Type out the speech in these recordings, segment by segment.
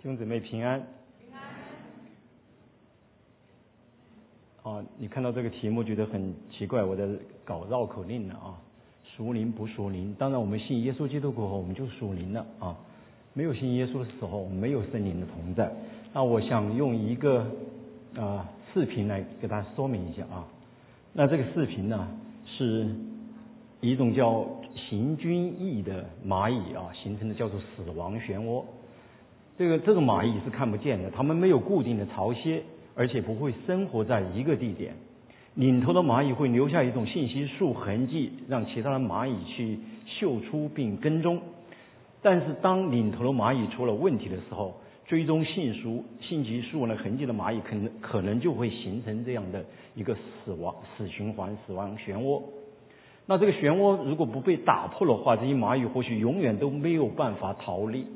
兄姊妹平安。你看到这个题目觉得很奇怪，我在搞绕口令了啊，属灵不属灵？当然我们信耶稣基督过后我们就属灵了啊，没有信耶稣的时候我们没有圣灵的同在。那我想用一个视频来给大家说明一下啊。那这个视频呢是一种叫行军翼的蚂蚁形成的，叫做死亡漩涡。这个蚂蚁是看不见的，它们没有固定的巢穴，而且不会生活在一个地点。领头的蚂蚁会留下一种信息素痕迹，让其他的蚂蚁去嗅出并跟踪。但是当领头的蚂蚁出了问题的时候，追踪信息素的痕迹的蚂蚁可能就会形成这样的一个死循环、死亡漩涡。那这个漩涡如果不被打破的话，这些蚂蚁或许永远都没有办法逃离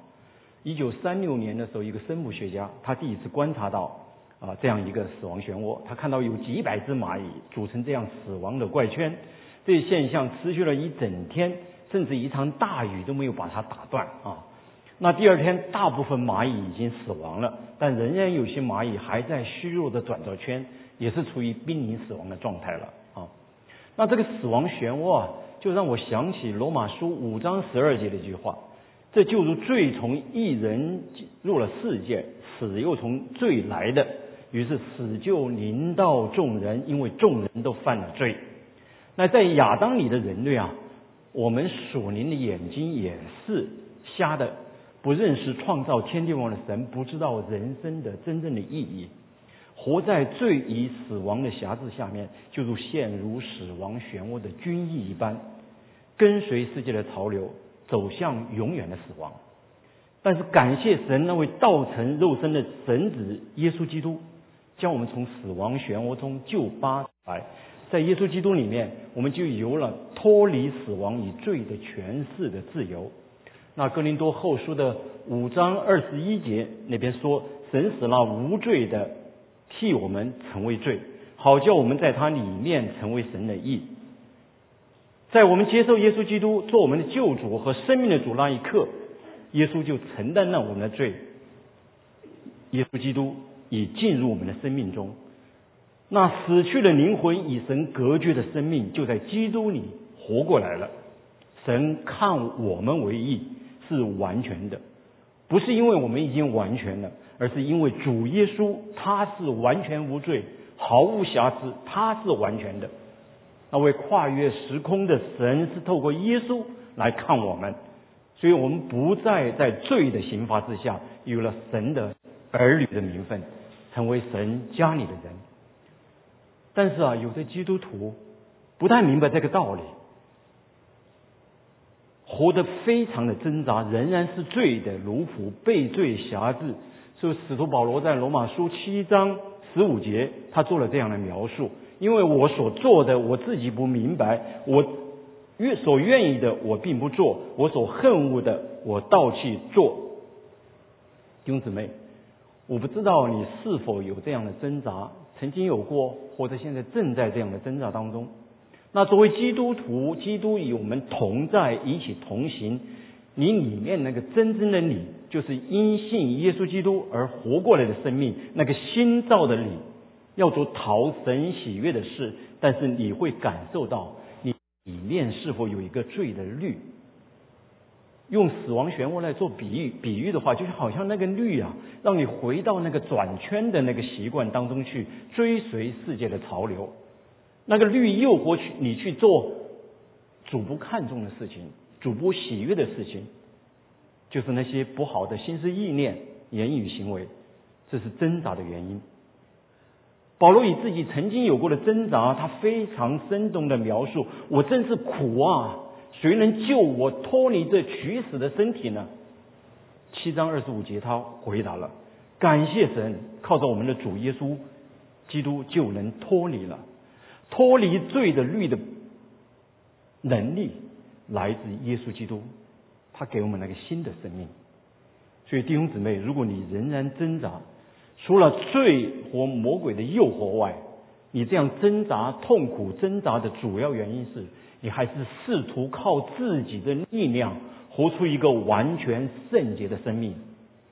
1936年的时候，一个生物学家他第一次观察到这样一个死亡漩涡，他看到有几百只蚂蚁组成这样死亡的怪圈，这现象持续了一整天，甚至一场大雨都没有把它打断那第二天大部分蚂蚁已经死亡了，但仍然有些蚂蚁还在虚弱的转着圈，也是处于濒临死亡的状态了那这个死亡漩涡就让我想起罗马书5章12节的一句话，这就如罪从一人入了世界，死又从罪来的，于是死就临到众人，因为众人都犯了罪。那在亚当里的人类我们属灵的眼睛也是瞎的，不认识创造天地万物的神，不知道人生的真正的意义，活在罪与死亡的辖制下面，就如陷入死亡漩涡的军役一般，跟随世界的潮流，走向永远的死亡。但是感谢神，那位道成肉身的神子耶稣基督，将我们从死亡漩涡中救拔出来。在耶稣基督里面，我们就有了脱离死亡与罪的权势的自由。那哥林多后书的5章21节那边说，神使那无罪的替我们成为罪，好叫我们在他里面成为神的义。在我们接受耶稣基督做我们的救主和生命的主那一刻，耶稣就承担了我们的罪，耶稣基督已进入我们的生命中。那死去的灵魂与神隔绝的生命就在基督里活过来了。神看我们为义是完全的，不是因为我们已经完全了，而是因为主耶稣他是完全无罪，毫无瑕疵，他是完全的。那位跨越时空的神是透过耶稣来看我们，所以我们不再在罪的刑罚之下，有了神的儿女的名分，成为神家里的人。但是有的基督徒不太明白这个道理，活得非常的挣扎，仍然是罪的奴仆，被罪辖制。所以使徒保罗在罗马书7章15节他做了这样的描述，因为我所做的我自己不明白，我所愿意的我并不做，我所恨恶的我倒去做。弟兄姊妹，我不知道你是否有这样的挣扎，曾经有过，或者现在正在这样的挣扎当中。那作为基督徒，基督与我们同在，一起同行，你里面那个真正的你，就是因信耶稣基督而活过来的生命，那个新造的你，要做讨神喜悦的事，但是你会感受到你里面是否有一个罪的律。用死亡漩涡来做比喻的话，就好像那个律让你回到那个转圈的那个习惯当中去，追随世界的潮流。那个律诱惑你去做主不看重的事情，主不喜悦的事情，就是那些不好的心思意念、言语行为，这是挣扎的原因。保罗以自己曾经有过的挣扎，他非常生动的描述，我真是苦谁能救我脱离这取死的身体呢？7章25节他回答了，感谢神，靠着我们的主耶稣基督就能脱离了。脱离罪的律的能力来自耶稣基督，他给我们那个新的生命。所以弟兄姊妹，如果你仍然挣扎，除了罪和魔鬼的诱惑外，你这样挣扎痛苦挣扎的主要原因是你还是试图靠自己的力量活出一个完全圣洁的生命。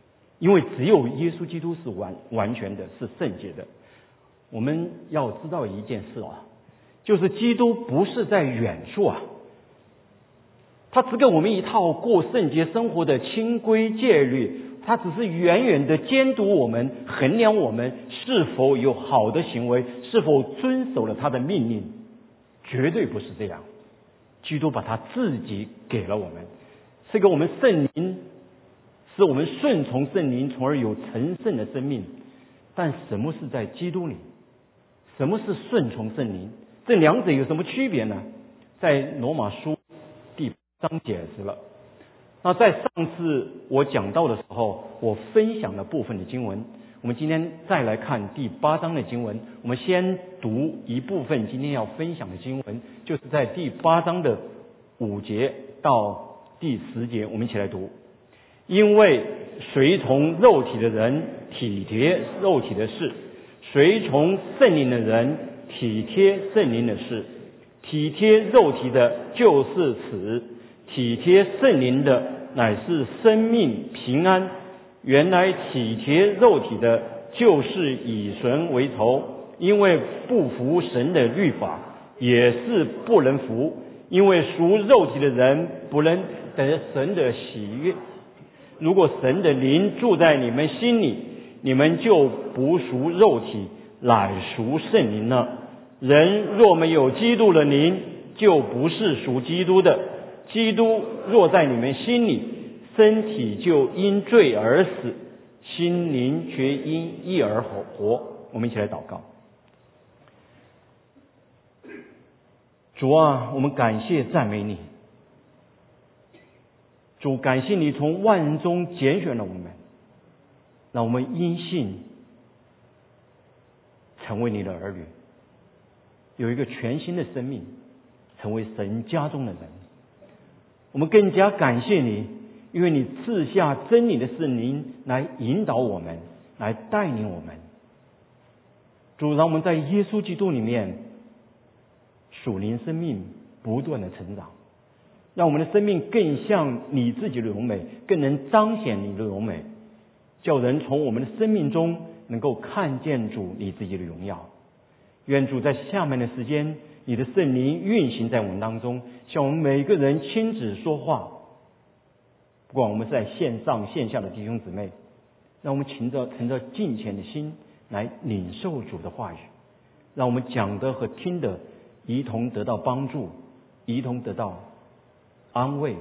因为只有耶稣基督是完全的，是圣洁的。我们要知道一件事啊，就是基督不是在远处啊，他只给我们一套过圣洁生活的清规戒律，他只是远远的监督我们，衡量我们是否有好的行为，是否遵守了他的命令，绝对不是这样。基督把他自己给了我们，是给我们圣灵，使我们顺从圣灵，从而有成圣的生命。但什么是在基督里？什么是顺从圣灵？这两者有什么区别呢？在罗马书第8章解释了。那在上次我讲到的时候，我分享了部分的经文，我们今天再来看第8章的经文。我们先读一部分今天要分享的经文，就是在第8章的5节到第10节，我们一起来读。因为随从肉体的人体贴肉体的事，随从圣灵的人体贴圣灵的事。体贴肉体的就是死，体贴圣灵的乃是生命平安。原来体贴肉体的就是以神为仇，因为不服神的律法，也是不能服，因为属肉体的人不能得神的喜悦。如果神的灵住在你们心里，你们就不属肉体，乃属圣灵了。人若没有基督的灵，就不是属基督的。基督若在你们心里，身体就因罪而死，心灵却因义而活。我们一起来祷告。主啊，我们感谢赞美你。主，感谢你从万人中拣选了我们，让我们因信成为你的儿女，有一个全新的生命，成为神家中的人。我们更加感谢你，因为你赐下真理的圣灵来引导我们，来带领我们。主，让我们在耶稣基督里面属灵生命不断的成长，让我们的生命更像你自己的荣美，更能彰显你的荣美，叫人从我们的生命中能够看见主你自己的荣耀。愿主在下面的时间，你的圣灵运行在我们当中，向我们每个人亲自说话。不管我们是在线上线下的弟兄姊妹，让我们存着敬虔的心来领受主的话语，让我们讲的和听的一同得到帮助，一同得到安慰，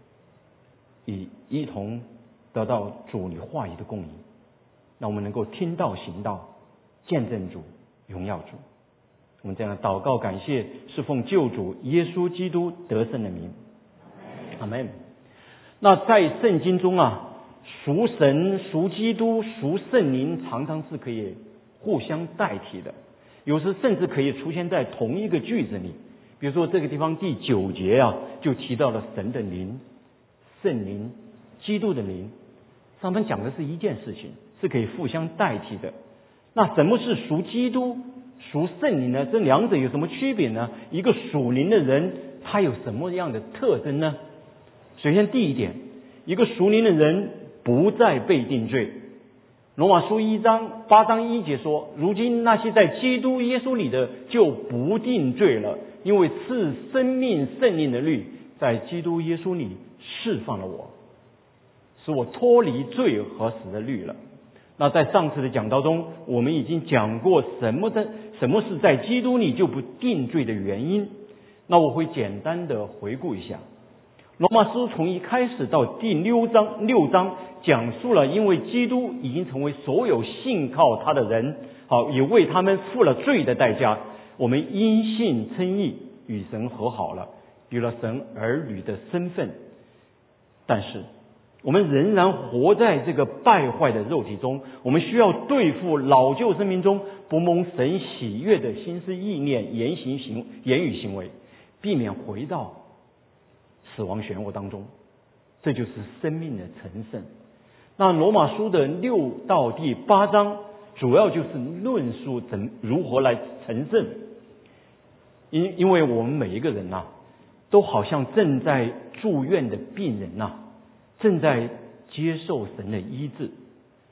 一同得到主你话语的供应，让我们能够听到行道，见证主，荣耀主。我们这样祷告感谢，是奉救主耶稣基督得胜的名，阿们。那在圣经中啊，属神、属基督、属圣灵常常是可以互相代替的，有时甚至可以出现在同一个句子里。比如说这个地方第9节啊，就提到了神的灵、圣灵、基督的灵，上面讲的是一件事情，是可以互相代替的。那什么是属基督、属圣灵呢？这两者有什么区别呢？一个属灵的人，他有什么样的特征呢？首先第一点，一个属灵的人不再被定罪。罗马书8章1节说，如今那些在基督耶稣里的就不定罪了，因为赐生命圣灵的律在基督耶稣里释放了我，使我脱离罪和死的律了。那在上次的讲道中，我们已经讲过什么是在基督里就不定罪的原因。那我会简单的回顾一下。罗马书从一开始到第6章讲述了，因为基督已经成为所有信靠他的人，也为他们付了罪的代价，我们因信称义，与神和好了，有了神儿女的身份。但是我们仍然活在这个败坏的肉体中，我们需要对付老旧生命中不蒙神喜悦的心思意念、言语行为，避免回到死亡漩涡当中，这就是生命的成圣。那罗马书的6到第8章主要就是论述如何来成圣。因为我们每一个人都好像正在住院的病人正在接受神的医治。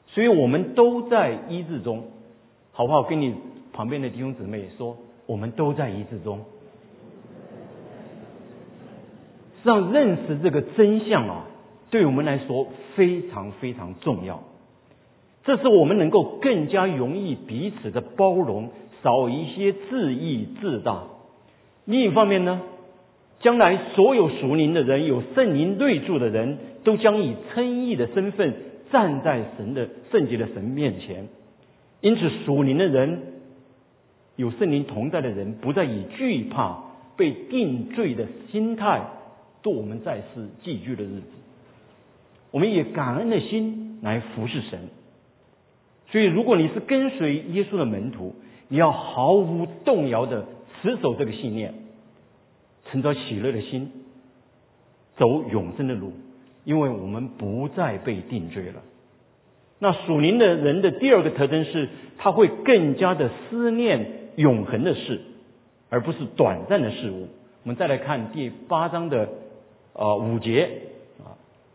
所以我们都在医治中，好不好？跟你旁边的弟兄姊妹说，我们都在医治中。实际上，认识这个真相啊，对我们来说非常非常重要。这是我们能够更加容易彼此的包容，少一些自义自大。另一方面呢，将来所有属灵的人，有圣灵内住的人，都将以称义的身份站在神的圣洁的神面前。因此，属灵的人，有圣灵同在的人，不再以惧怕被定罪的心态度我们在世寄居的日子。我们以感恩的心来服侍神。所以，如果你是跟随耶稣的门徒，你要毫无动摇的持守这个信念，存着喜乐的心，走永生的路，因为我们不再被定罪了。那属灵的人的第二个特征是，他会更加的思念永恒的事，而不是短暂的事物。我们再来看第8章的5节啊。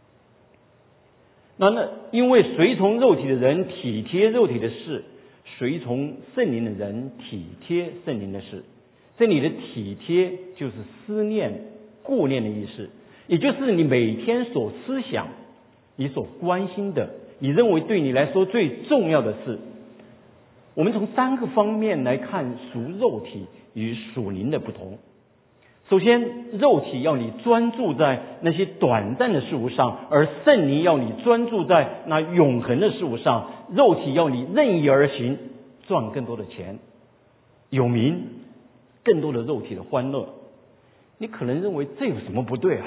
那因为随从肉体的人体贴肉体的事，随从圣灵的人体贴圣灵的事。这里的体贴就是思念、顾念的意思，也就是你每天所思想、你所关心的、你认为对你来说最重要的事。我们从3个方面来看属肉体与属灵的不同。首先，肉体要你专注在那些短暂的事物上，而圣灵要你专注在那永恒的事物上。肉体要你任意而行，赚更多的钱、有名、更多的肉体的欢乐。你可能认为这有什么不对啊？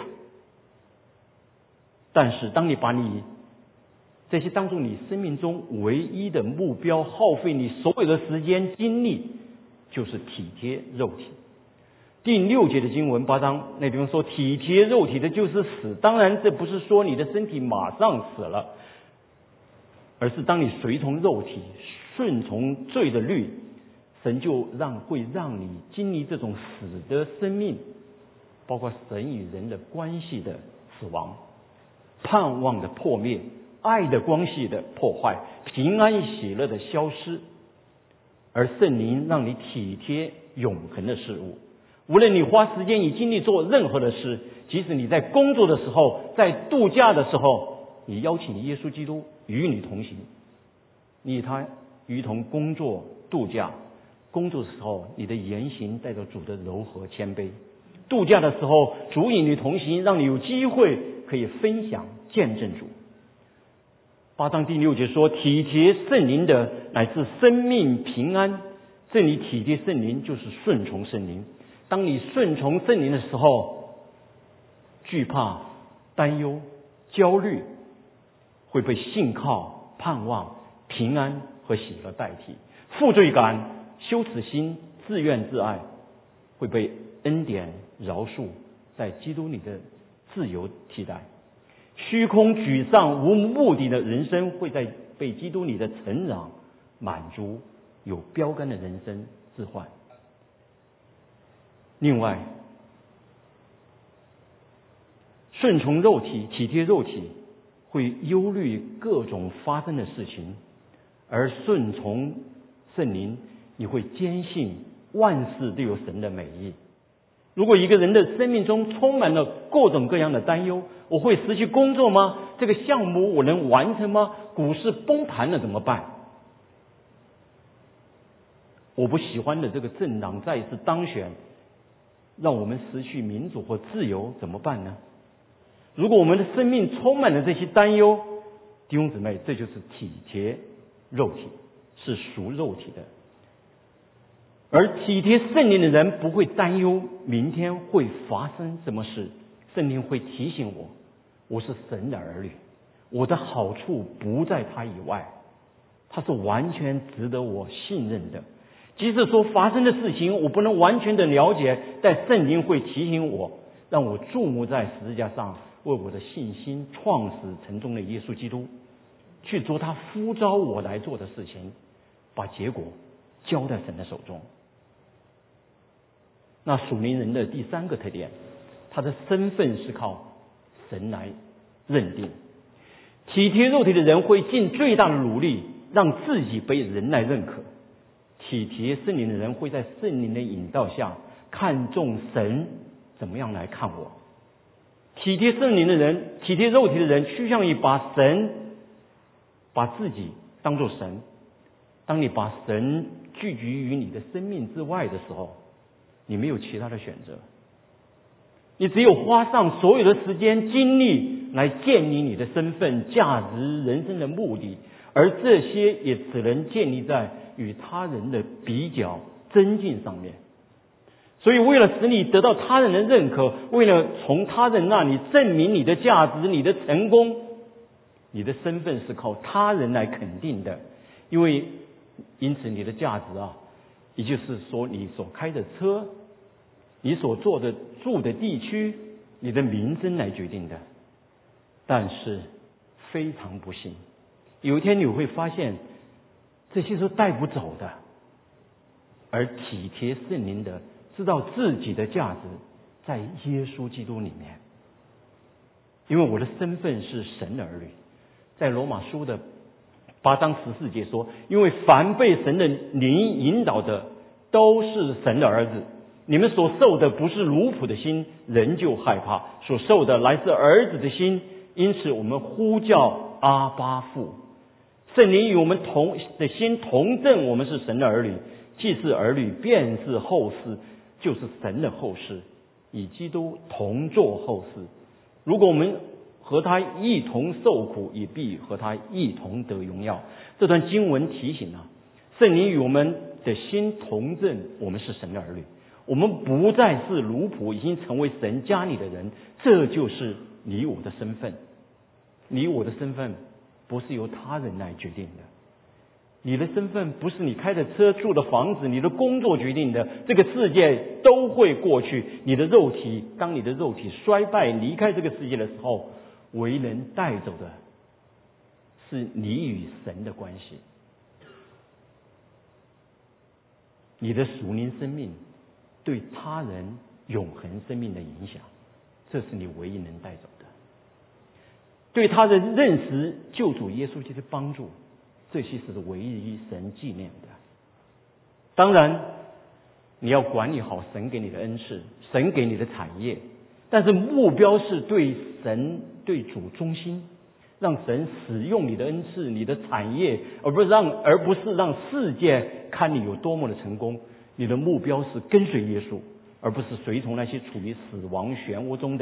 但是当你把你这些当作你生命中唯一的目标，耗费你所有的时间精力，就是体贴肉体。第6节的经文8章那地方说，体贴肉体的就是死。当然这不是说你的身体马上死了，而是当你随从肉体，顺从罪的律，神就会让你经历这种死的生命，包括神与人的关系的死亡、盼望的破灭、爱的关系的破坏、平安喜乐的消失。而圣灵让你体贴永恒的事物。无论你花时间与精力做任何的事，即使你在工作的时候，在度假的时候，你邀请耶稣基督与你同行，你与他一同工作度假。工作的时候，你的言行带着主的柔和谦卑；度假的时候，主与你同行，让你有机会可以分享见证主。8章第6节说，体贴圣灵的乃是生命平安。这里体贴圣灵就是顺从圣灵。当你顺从圣灵的时候，惧怕、担忧、焦虑会被信靠、盼望、平安和喜乐代替。负罪感、羞耻心、自怨自艾会被恩典、饶恕在基督里的自由替代。虚空、沮丧、无目的的人生会在被基督里的成长、满足、有标杆的人生置换。另外，顺从肉体、体贴肉体，会忧虑各种发生的事情；而顺从圣灵，你会坚信万事都有神的美意。如果一个人的生命中充满了各种各样的担忧，我会失去工作吗？这个项目我能完成吗？股市崩盘了怎么办？我不喜欢的这个政党再一次当选，让我们失去民主和自由怎么办呢？如果我们的生命充满了这些担忧，弟兄姊妹，这就是体贴肉体，是属肉体的。而体贴圣灵的人不会担忧明天会发生什么事，圣灵会提醒我，我是神的儿女，我的好处不在他以外，他是完全值得我信任的。即使说发生的事情我不能完全的了解，但圣灵会提醒我，让我注目在十字架上为我的信心创始成终的耶稣基督，去做他呼召我来做的事情，把结果交在神的手中。那属灵人的第3个特点，他的身份是靠神来认定。 体贴肉体的人会尽最大的努力让自己被人来认可，体贴圣灵的人会在圣灵的引导下看重神怎么样来看我。体贴圣灵的人，体贴肉体的人趋向于把自己当作神。当你把神聚集于你的生命之外的时候，你没有其他的选择，你只有花上所有的时间精力来建立你的身份、价值、人生的目的，而这些也只能建立在与他人的比较、增进上面。所以为了使你得到他人的认可，为了从他人那里证明你的价值、你的成功，你的身份是靠他人来肯定的，因此你的价值也就是说你所开的车，你所住的地区，你的名声来决定的。但是非常不幸，有一天你会发现这些是带不走的，而体贴圣灵的知道自己的价值在耶稣基督里面。因为我的身份是神的儿女，在罗马书的8章14节说，因为凡被神的灵引导的都是神的儿子，你们所受的不是奴仆的心，人就害怕，所受的乃是儿子的心，因此我们呼叫阿爸父。圣灵与我们的心同证我们是神的儿女，既是儿女便是后嗣，就是神的后嗣，与基督同作后嗣。如果我们和他一同受苦，也必和他一同得荣耀。这段经文提醒圣灵与我们的心同证我们是神的儿女，我们不再是奴仆，已经成为神家里的人。这就是你我的身份。你我的身份不是由他人来决定的，你的身份不是你开的车、住的房子、你的工作决定的。这个世界都会过去，当你的肉体衰败离开这个世界的时候，为人带走的是你与神的关系，你的属灵生命对他人永恒生命的影响，这是你唯一能带走的。对他人认识救主耶稣基督的帮助，这些是唯一神纪念的。当然你要管理好神给你的恩赐，神给你的产业，但是目标是对神对主忠心，让神使用你的恩赐、你的产业，而不是让世界看你有多么的成功。你的目标是跟随耶稣，而不是随从那些处于死亡漩涡中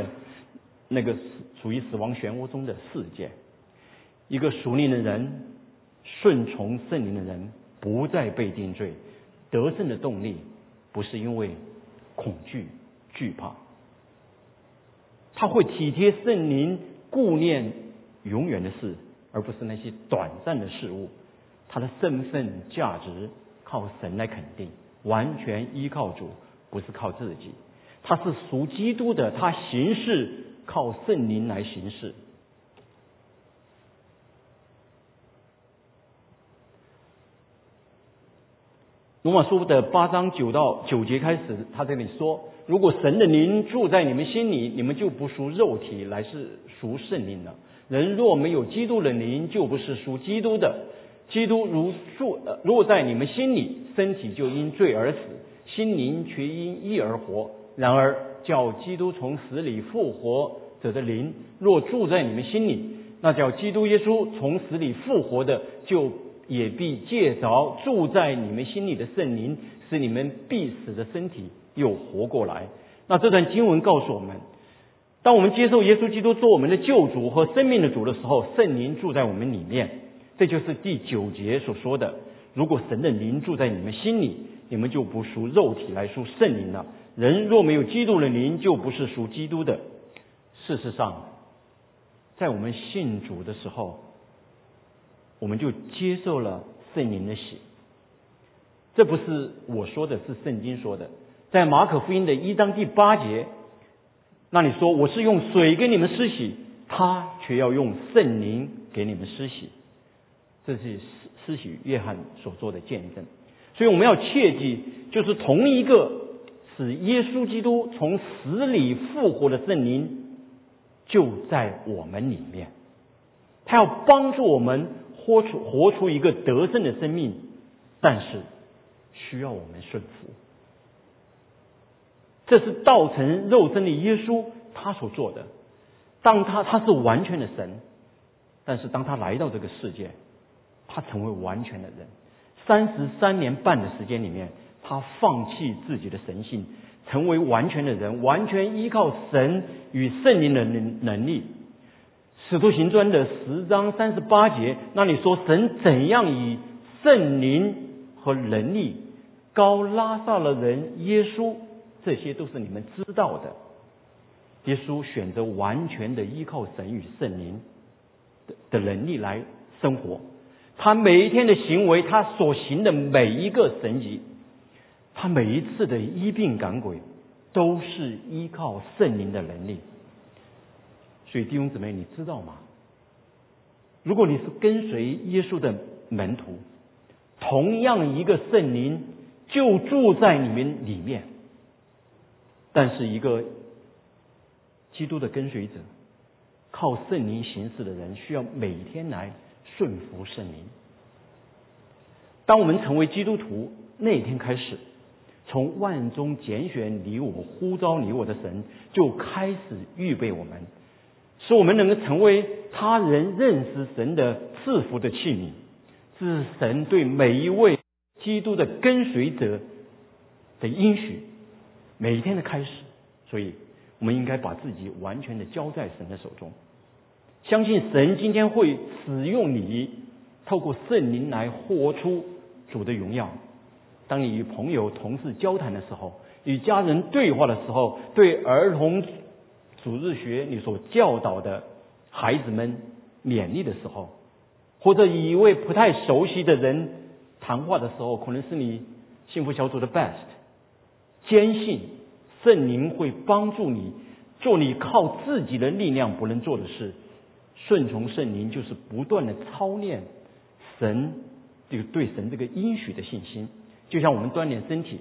的世界。一个属灵的人，顺从圣灵的人，不再被定罪。得胜的动力不是因为恐惧、惧怕，他会体贴圣灵，顾念永远的事，而不是那些短暂的事物。他的身份价值靠神来肯定，完全依靠主，不是靠自己。他是属基督的，他行事靠圣灵来行事。罗马书的8章9到9节开始，他这里说，如果神的灵住在你们心里，你们就不属肉体，乃是属圣灵了。人若没有基督的灵，就不是属基督的。基督若在你们心里，身体就因罪而死，心灵却因义而活。然而叫基督从死里复活者的灵若住在你们心里，那叫基督耶稣从死里复活的，就也必借着住在你们心里的圣灵，使你们必死的身体又活过来。那这段经文告诉我们，当我们接受耶稣基督做我们的救主和生命的主的时候，圣灵住在我们里面。这就是第9节所说的，如果神的灵住在你们心里，你们就不属肉体，来属圣灵了。人若没有基督的灵，就不是属基督的。事实上，在我们信主的时候，我们就接受了圣灵的洗。这不是我说的，是圣经说的。在马可福音的1章第8节，那里说，我是用水给你们施洗，他却要用圣灵给你们施洗。这是施洗约翰所做的见证。所以我们要切记，就是同一个使耶稣基督从死里复活的圣灵就在我们里面。 他要帮助我们活出一个得胜的生命，但是需要我们顺服。这是道成肉身的耶稣他所做的。当他是完全的神，但是当他来到这个世界，他成为完全的人。33年半的时间里面，他放弃自己的神性，成为完全的人，完全依靠神与圣灵的能力。使徒行传的10章38节那里说，神怎样以圣灵和能力膏拉撒勒人耶稣，这些都是你们知道的。耶稣选择完全的依靠神与圣灵的能力来生活，他每一天的行为，他所行的每一个神迹，他每一次的医病赶鬼，都是依靠圣灵的能力。所以弟兄姊妹，你知道吗？如果你是跟随耶稣的门徒，同样一个圣灵就住在你们里面，但是一个基督的跟随者，靠圣灵行事的人，需要每天来顺服圣灵。当我们成为基督徒那一天开始，从万中拣选你我，呼召你我的神就开始预备我们，使我们能够成为他人认识神的赐福的器皿。这是神对每一位基督的跟随者的应许，每一天的开始。所以我们应该把自己完全的交在神的手中，相信神今天会使用你，透过圣灵来活出主的荣耀。当你与朋友同事交谈的时候，与家人对话的时候，对儿童主日学你所教导的孩子们勉励的时候，或者与一位不太熟悉的人谈话的时候，可能是你幸福小组的 best， 坚信圣灵会帮助你做你靠自己的力量不能做的事。顺从圣灵就是不断的操练神这个对神这个应许的信心，就像我们锻炼身体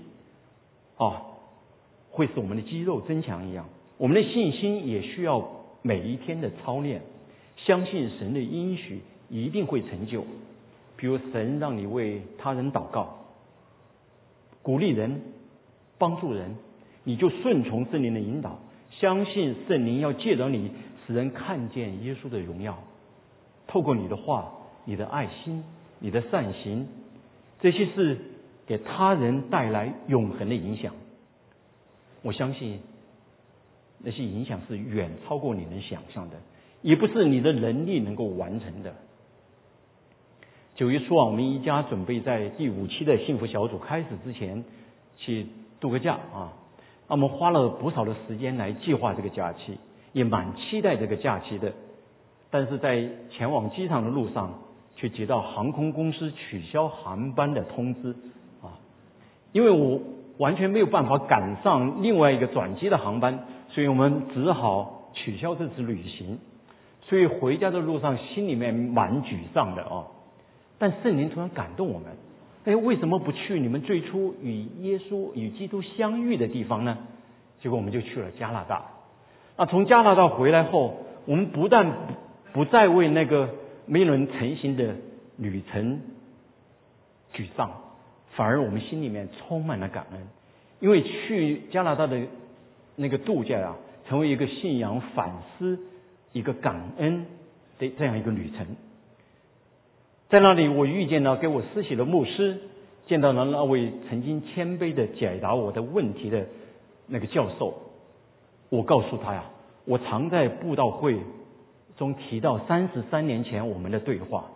会使我们的肌肉增强一样，我们的信心也需要每一天的操练，相信神的应许一定会成就。比如神让你为他人祷告，鼓励人，帮助人，你就顺从圣灵的引导，相信圣灵要借着你使人看见耶稣的荣耀，透过你的话，你的爱心，你的善行，这些是给他人带来永恒的影响。我相信那些影响是远超过你能想象的，也不是你的能力能够完成的。9月初我们一家准备在第5期的幸福小组开始之前去度个假我们花了不少的时间来计划这个假期，也蛮期待这个假期的。但是在前往机场的路上，却接到航空公司取消航班的通知因为我完全没有办法赶上另外一个转机的航班，所以我们只好取消这次旅行。所以回家的路上心里面蛮沮丧的但圣灵突然感动我们，为什么不去你们最初与耶稣与基督相遇的地方呢？结果我们就去了加拿大。从加拿大回来后，我们不但不再为那个没有人成行的旅程沮丧，反而我们心里面充满了感恩，因为去加拿大的那个度假成为一个信仰反思、一个感恩的这样一个旅程。在那里我遇见了给我施洗的牧师，见到了那位曾经谦卑的解答我的问题的那个教授。我告诉他我常在布道会中提到33年前我们的对话，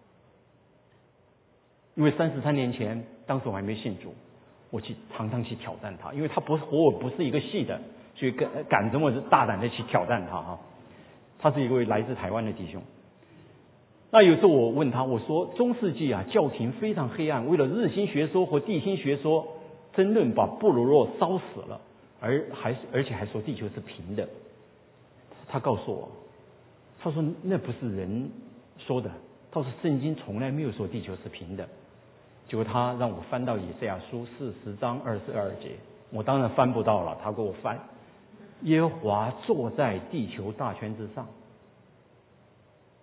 因为33年前当时我还没信主，我常常去挑战他，因为他和我不是一个系的，所以敢这么大胆的去挑战他他是一位来自台湾的弟兄。那有时候我问他，我说中世纪教廷非常黑暗，为了日心学说和地心学说争论，把布鲁诺烧死了，而且还说地球是平的。他告诉我，他说那不是人说的，他说圣经从来没有说地球是平的。结果他让我翻到以赛亚书40章22节，我当然翻不到了，他给我翻，耶和华坐在地球大圈之上。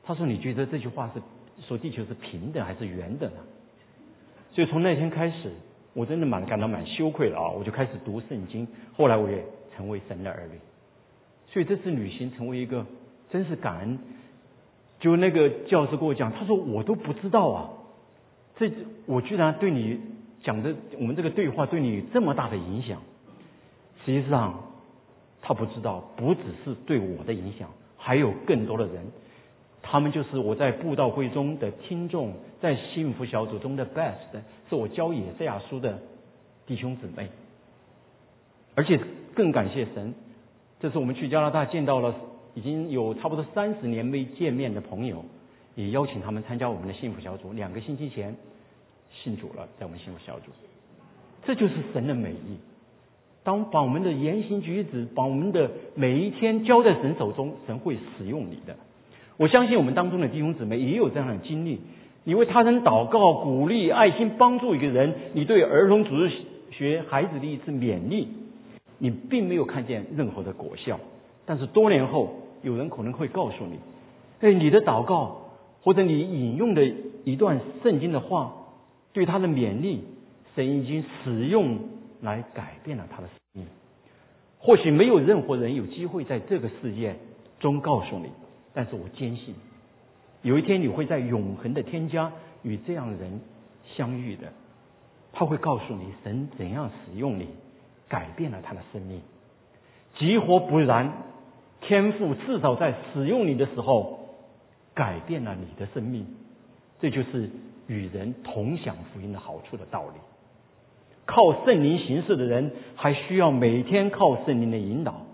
他说你觉得这句话是说地球是平的还是圆的呢？所以从那天开始，我真的感到蛮羞愧的啊！我就开始读圣经，后来我也成为神的儿女。所以这次旅行成为一个真是感恩。就那个教师跟我讲，他说我都不知道啊，我居然对你讲的我们这个对话对你这么大的影响。实际上他不知道，不只是对我的影响，还有更多的人，他们就是我在布道会中的听众，在幸福小组中的 best， 是我教以赛亚书的弟兄姊妹。而且更感谢神，这次我们去加拿大见到了已经有差不多30年没见面的朋友，也邀请他们参加我们的幸福小组。2个星期前信主了，在我们幸福小组。这就是神的美意。当把我们的言行举止，把我们的每一天交在神手中，神会使用你的。我相信我们当中的弟兄姊妹也有这样的经历。你为他人祷告、鼓励、爱心帮助一个人，你对儿童主日学孩子的一次勉励，你并没有看见任何的果效，但是多年后，有人可能会告诉你，你的祷告或者你引用的一段圣经的话，对他的勉励，神已经使用来改变了他的生命。或许没有任何人有机会在这个世界中告诉你，但是我坚信，有一天你会在永恒的天家与这样的人相遇的。他会告诉你神怎样使用你，改变了他的生命。急或不然，天父至少在使用你的时候改变了你的生命。这就是与人同享福音的好处的道理。靠圣灵行事的人，还需要每天靠圣灵的引导。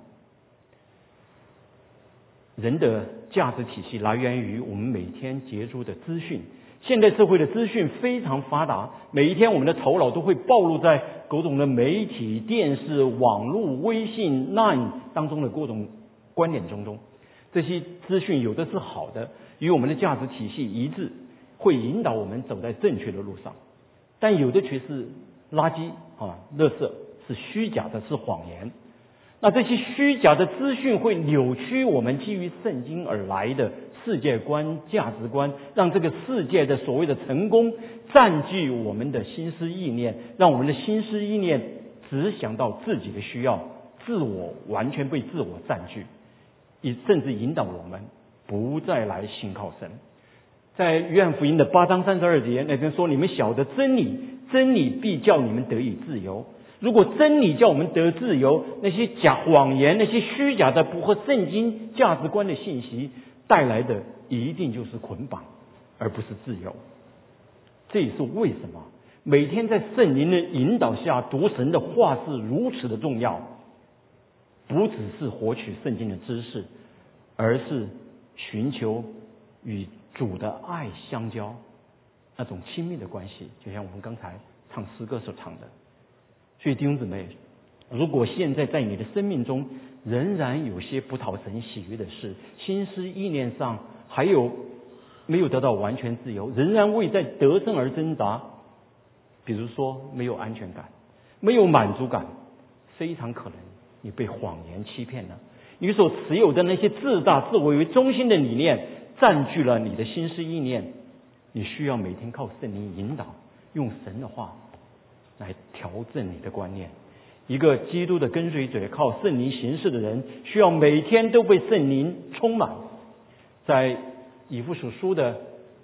人的价值体系来源于我们每天接触的资讯。现代社会的资讯非常发达，每一天我们的头脑都会暴露在各种的媒体、电视、网络、微信、Line 当中的各种观点中。这些资讯有的是好的，与我们的价值体系一致，会引导我们走在正确的路上，但有的却是垃圾垃圾，是虚假的，是谎言。那这些虚假的资讯会扭曲我们基于圣经而来的世界观、价值观，让这个世界的所谓的成功占据我们的心思意念，让我们的心思意念只想到自己的需要，自我完全被自我占据，甚至引导我们不再来信靠神。在约翰福音的8章32节那边说，你们晓得真理，真理必叫你们得以自由。如果真理叫我们得自由，那些谎言，那些虚假的不合圣经价值观的信息带来的一定就是捆绑，而不是自由。这也是为什么每天在圣灵的引导下读神的话是如此的重要。不只是获取圣经的知识，而是寻求与主的爱相交，那种亲密的关系，就像我们刚才唱诗歌所唱的。所以弟兄姊妹，如果现在在你的生命中仍然有些不讨神喜悦的事，心思意念上还有没有得到完全自由，仍然为在得胜而挣扎，比如说没有安全感，没有满足感，非常可能你被谎言欺骗了，你所持有的那些自大自我为中心的理念占据了你的心思意念。你需要每天靠圣灵引导，用神的话来调整你的观念。一个基督的跟随者，靠圣灵行事的人，需要每天都被圣灵充满。在以弗所书的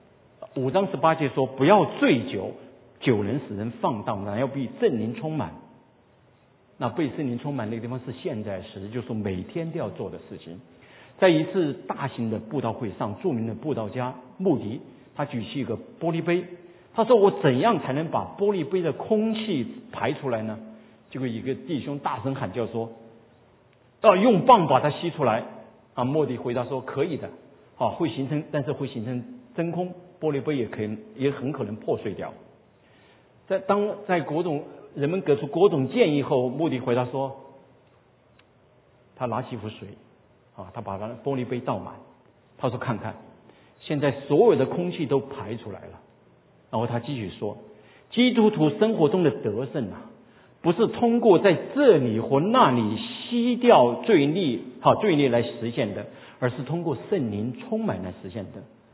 5章18节说，不要醉酒，酒能使人放荡，然要被圣灵充满。那被圣灵充满那个地方是现在时，就是每天都要做的事情。在一次大型的布道会上，著名的布道家穆迪，他举起一个玻璃杯，他说，我怎样才能把玻璃杯的空气排出来呢？结果一个弟兄大声喊叫说，用棒把它吸出来。莫迪回答说，可以的，会形成，但是会形成真空，玻璃杯也很可能破碎掉。在人们给出各种建议后，穆迪回答说，他拿起一壶水，他把玻璃杯倒满，他说，看看，现在所有的空气都排出来了。然后他继续说，基督徒生活中的得胜不是通过在这里或那里吸掉罪孽来实现的，而是通过圣灵充满来实现的。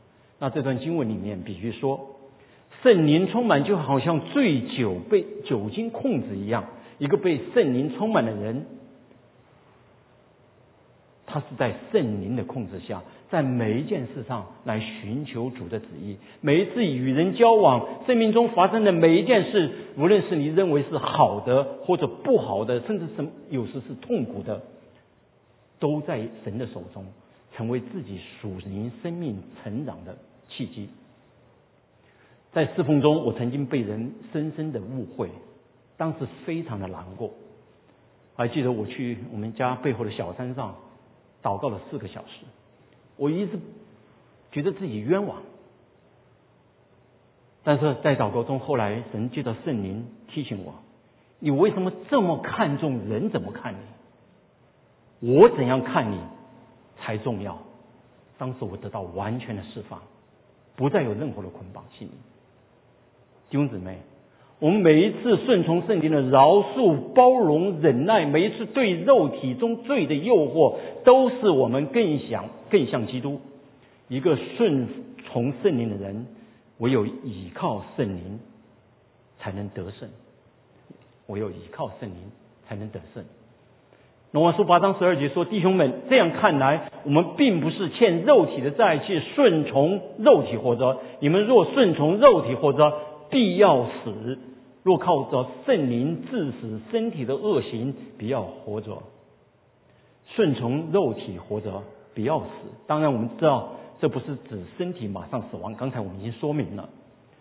那这段经文里面比喻说，圣灵充满就好像醉酒被酒精控制一样，一个被圣灵充满的人，他是在圣灵的控制下，在每一件事上来寻求主的旨意。每一次与人交往，生命中发生的每一件事，无论是你认为是好的或者不好的，甚至是有时是痛苦的，都在神的手中，成为自己属灵生命成长的契机。在侍奉中，我曾经被人深深的误会，当时非常的难过。还记得我去我们家背后的小山上祷告了4个小时，我一直觉得自己冤枉。但是在祷告中，后来神借着圣灵提醒我，你为什么这么看重人怎么看你，我怎样看你才重要。当时我得到完全的释放，不再有任何的捆绑性。弟兄姊妹，我们每一次顺从圣灵的饶恕、包容、忍耐，每一次对肉体中罪的诱惑，都是我们更像基督。一个顺从圣灵的人，唯有倚靠圣灵才能得胜，唯有倚靠圣灵才能得胜。罗马书8章12节说，弟兄们，这样看来，我们并不是欠肉体的债，去顺从肉体活着。你们若顺从肉体活着，必要死；若靠着圣灵治死身体的恶行，必要活着。顺从肉体活着，必要死。当然我们知道，这不是指身体马上死亡，刚才我们已经说明了。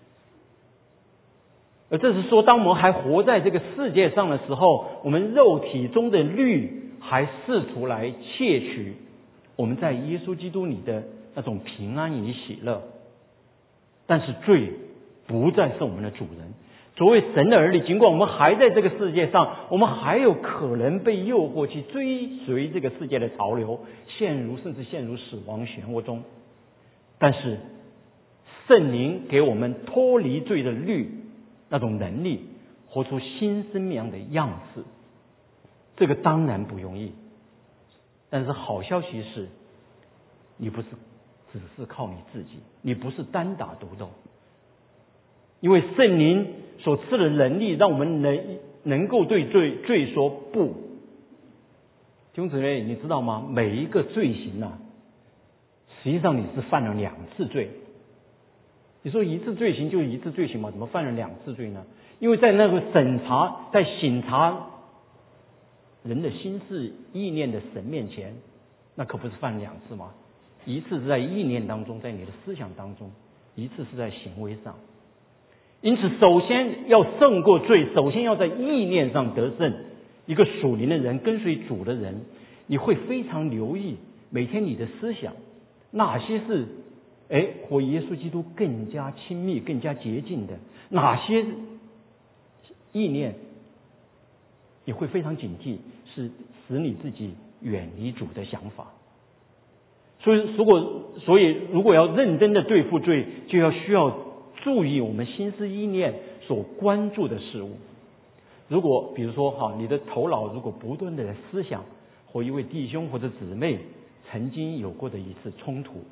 而这是说，当我们还活在这个世界上的时候，我们肉体中的律还试图来窃取我们在耶稣基督里的那种平安与喜乐。但是罪不再是我们的主人。作为神的儿女，尽管我们还在这个世界上，我们还有可能被诱惑去追随这个世界的潮流，甚至陷入死亡漩涡中。但是圣灵给我们脱离罪的律那种能力，活出新生命的样式，这个当然不容易。但是好消息是，你不是只是靠你自己，你不是单打独斗，因为圣灵所赐的能力，让我们能够对罪说不。弟兄姊妹，你知道吗？每一个罪行啊，实际上你是犯了2次罪。你说一次罪行就一次罪行吗？怎么犯了2次罪呢？因为在那个在审查人的心思意念的神面前，那可不是犯了2次吗？一次是在意念当中，在你的思想当中，一次是在行为上。因此首先要胜过罪，首先要在意念上得胜。一个属灵的人，跟随主的人，你会非常留意每天你的思想，哪些是和耶稣基督更加亲密更加洁净的，哪些意念你会非常警惕，是使你自己远离主的想法。所以如果要认真的对付罪，就需要注意我们心思意念所关注的事物。如果比如说你的头脑如果不断的思想和一位弟兄或者姊妹曾经有过的一次冲突，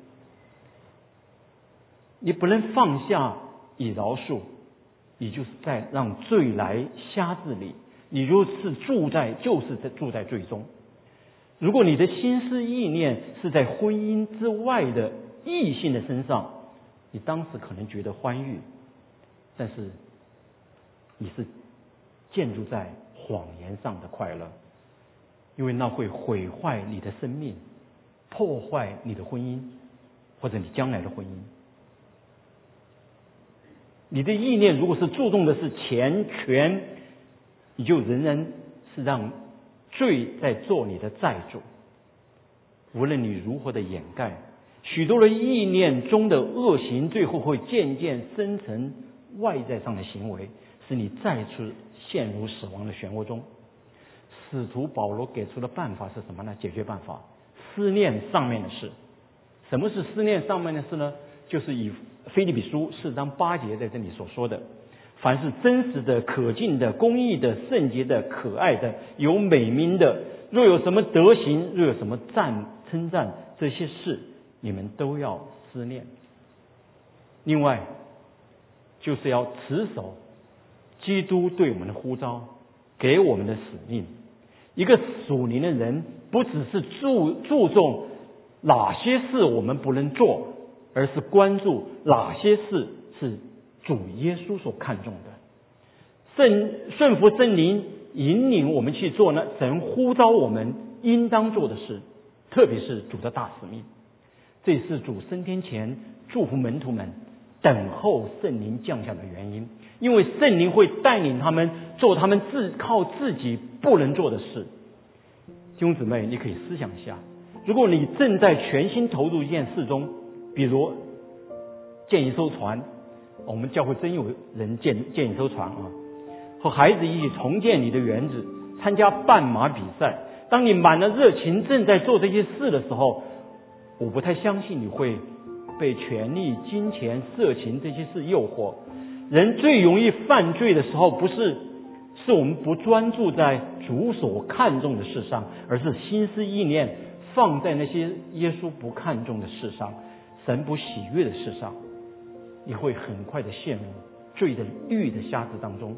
你不能放下以饶恕，你就是在让罪来辖制你，你就是住在罪中。如果你的心思意念是在婚姻之外的异性的身上，你当时可能觉得欢愉，但是你是建筑在谎言上的快乐，因为那会毁坏你的生命，破坏你的婚姻或者你将来的婚姻。你的意念如果是注重的是钱权，你就仍然是让罪在做你的债主。无论你如何的掩盖，许多的意念中的恶行最后会渐渐生成外在上的行为，使你再次陷入死亡的漩涡中。使徒保罗给出的办法是什么呢？解决办法，思念上面的事。什么是思念上面的事呢？就是以腓立比书4章8节在这里所说的，凡是真实的、可敬的、公义的、圣洁的、可爱的、有美名的，若有什么德行，若有什么称赞，这些事你们都要思念。 另外就是要持守基督对我们的呼召，给我们的使命。一个属灵的人不只是注重哪些事我们不能做，而是关注哪些事是主耶稣所看重的，顺服圣灵引领我们去做呢神呼召我们应当做的事，特别是主的大使命。这也是主升天前祝福门徒们等候圣灵降下的原因，因为圣灵会带领他们做他们靠自己不能做的事。弟兄姊妹，你可以思想一下，如果你正在全心投入一件事中，比如建一艘船，我们教会真有人建一艘船啊，和孩子一起重建你的园子，参加半马比赛。当你满了热情正在做这些事的时候，我不太相信你会被权力、金钱、色情这些事诱惑。人最容易犯罪的时候，不是我们不专注在主所看重的事上，而是心思意念放在那些耶稣不看重的事上，神不喜悦的事上，你会很快的陷入罪的律的瞎子当中。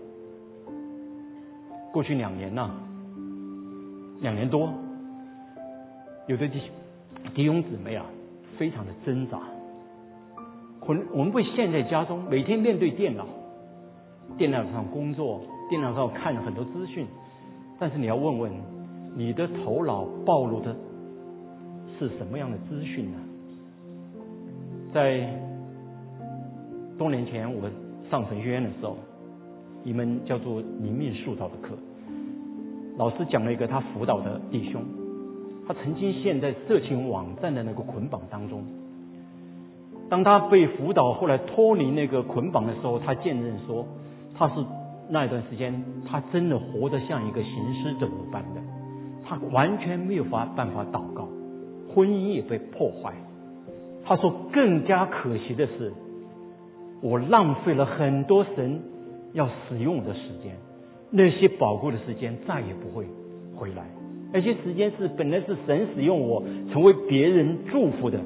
过去2年2年多，有的弟兄姊妹非常的挣扎。我们会陷在家中，每天面对电脑上工作，电脑上看很多资讯，但是你要问问你的头脑暴露的是什么样的资讯呢？在多年前我上神学院的时候，一门叫做灵命塑造的课，老师讲了一个他辅导的弟兄，他曾经陷在色情网站的那个捆绑当中。当他被辅导后来脱离那个捆绑的时候，他见证说，他是那一段时间他真的活得像一个行尸走肉般的，他完全没有办法祷告，婚姻也被破坏。他说更加可惜的是，我浪费了很多神要使用我的时间，那些宝贵的时间再也不会回来，那些时间本来是神使用我成为别人祝福的。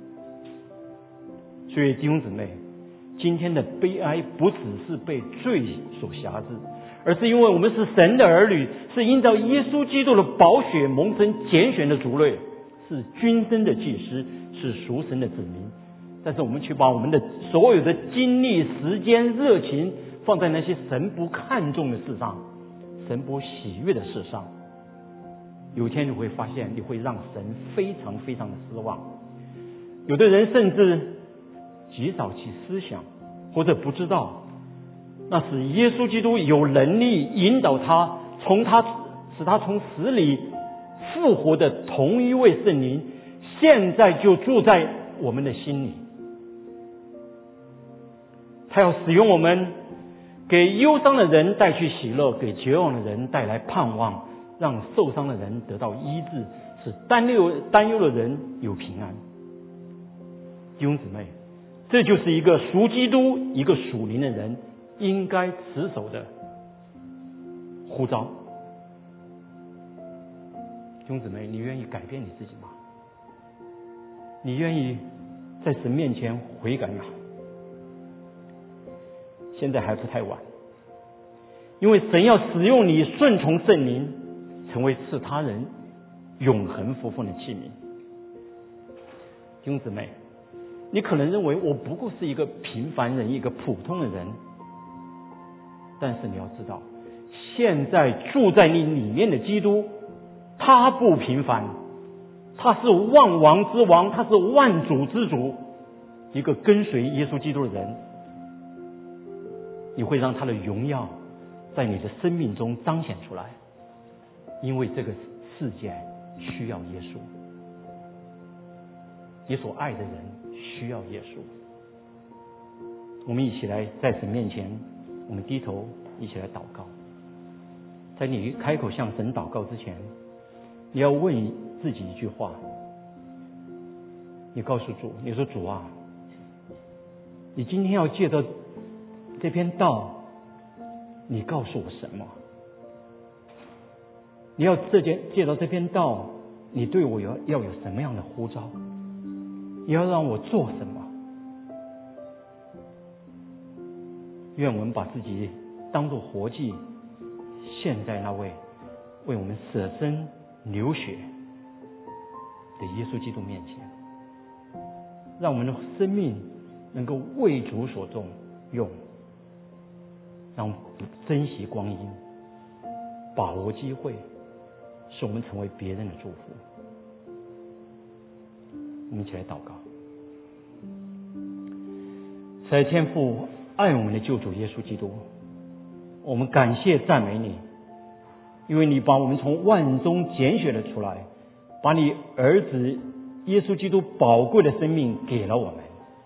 所以弟兄姊妹，今天的悲哀不只是被罪所辖制，而是因为我们是神的儿女，是因照耶稣基督的宝血蒙神拣选的族类，是君尊的祭司，是属神的子民。但是我们却把我们的所有的精力、时间、热情放在那些神不看重的事上，神不喜悦的事上。有一天你会发现，你会让神非常非常的失望。有的人甚至极少去思想，或者不知道，那是耶稣基督有能力引导他，使他从死里复活的同一位圣灵，现在就住在我们的心里。他要使用我们，给忧伤的人带去喜乐，给绝望的人带来盼望，让受伤的人得到医治，使担忧的人有平安。弟兄姊妹，这就是一个属基督、一个属灵的人应该持守的呼召。弟兄姊妹，你愿意改变你自己吗？你愿意在神面前悔改吗？现在还不太晚，因为神要使用你顺从圣灵，成为赐他人永恒福分的器皿。弟兄姊妹，你可能认为我不过是一个平凡人，一个普通的人，但是你要知道，现在住在你里面的基督，他不平凡，他是万王之王，他是万主之主，一个跟随耶稣基督的人，你会让他的荣耀在你的生命中彰显出来，因为这个世界需要耶稣，你所爱的人需要耶稣。我们一起来在神面前，我们低头一起来祷告。在你开口向神祷告之前，你要问自己一句话，你告诉主，你说主啊，你今天要借着这篇道，你告诉我什么？你要借着这篇道，你对我要有什么样的呼召？你要让我做什么？ 愿我们把自己当作活祭，献在那位为我们舍身流血的耶稣基督面前，让我们的生命能够为主所用，让我们珍惜光阴，把握机会，使我们成为别人的祝福。我们一起来祷告。在天父爱我们的救主耶稣基督，我们感谢赞美你，因为你把我们从万中拣选了出来，把你儿子耶稣基督宝贵的生命给了我们。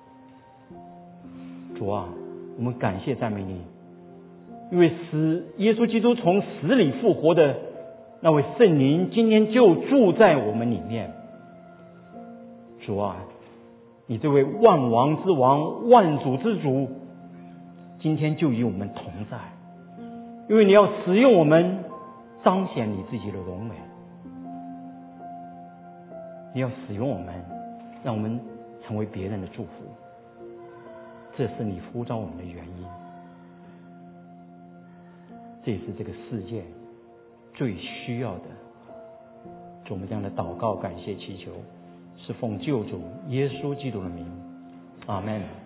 主啊，我们感谢赞美你，因为使耶稣基督从死里复活的那位圣灵今天就住在我们里面。主啊，你这位万王之王、万主之主，今天就与我们同在，因为你要使用我们彰显你自己的荣美，你要使用我们，让我们成为别人的祝福，这是你呼召我们的原因，这也是这个世界最需要的。主，我们这样的祷告、感谢、祈求，是奉救主耶稣基督的名，阿们。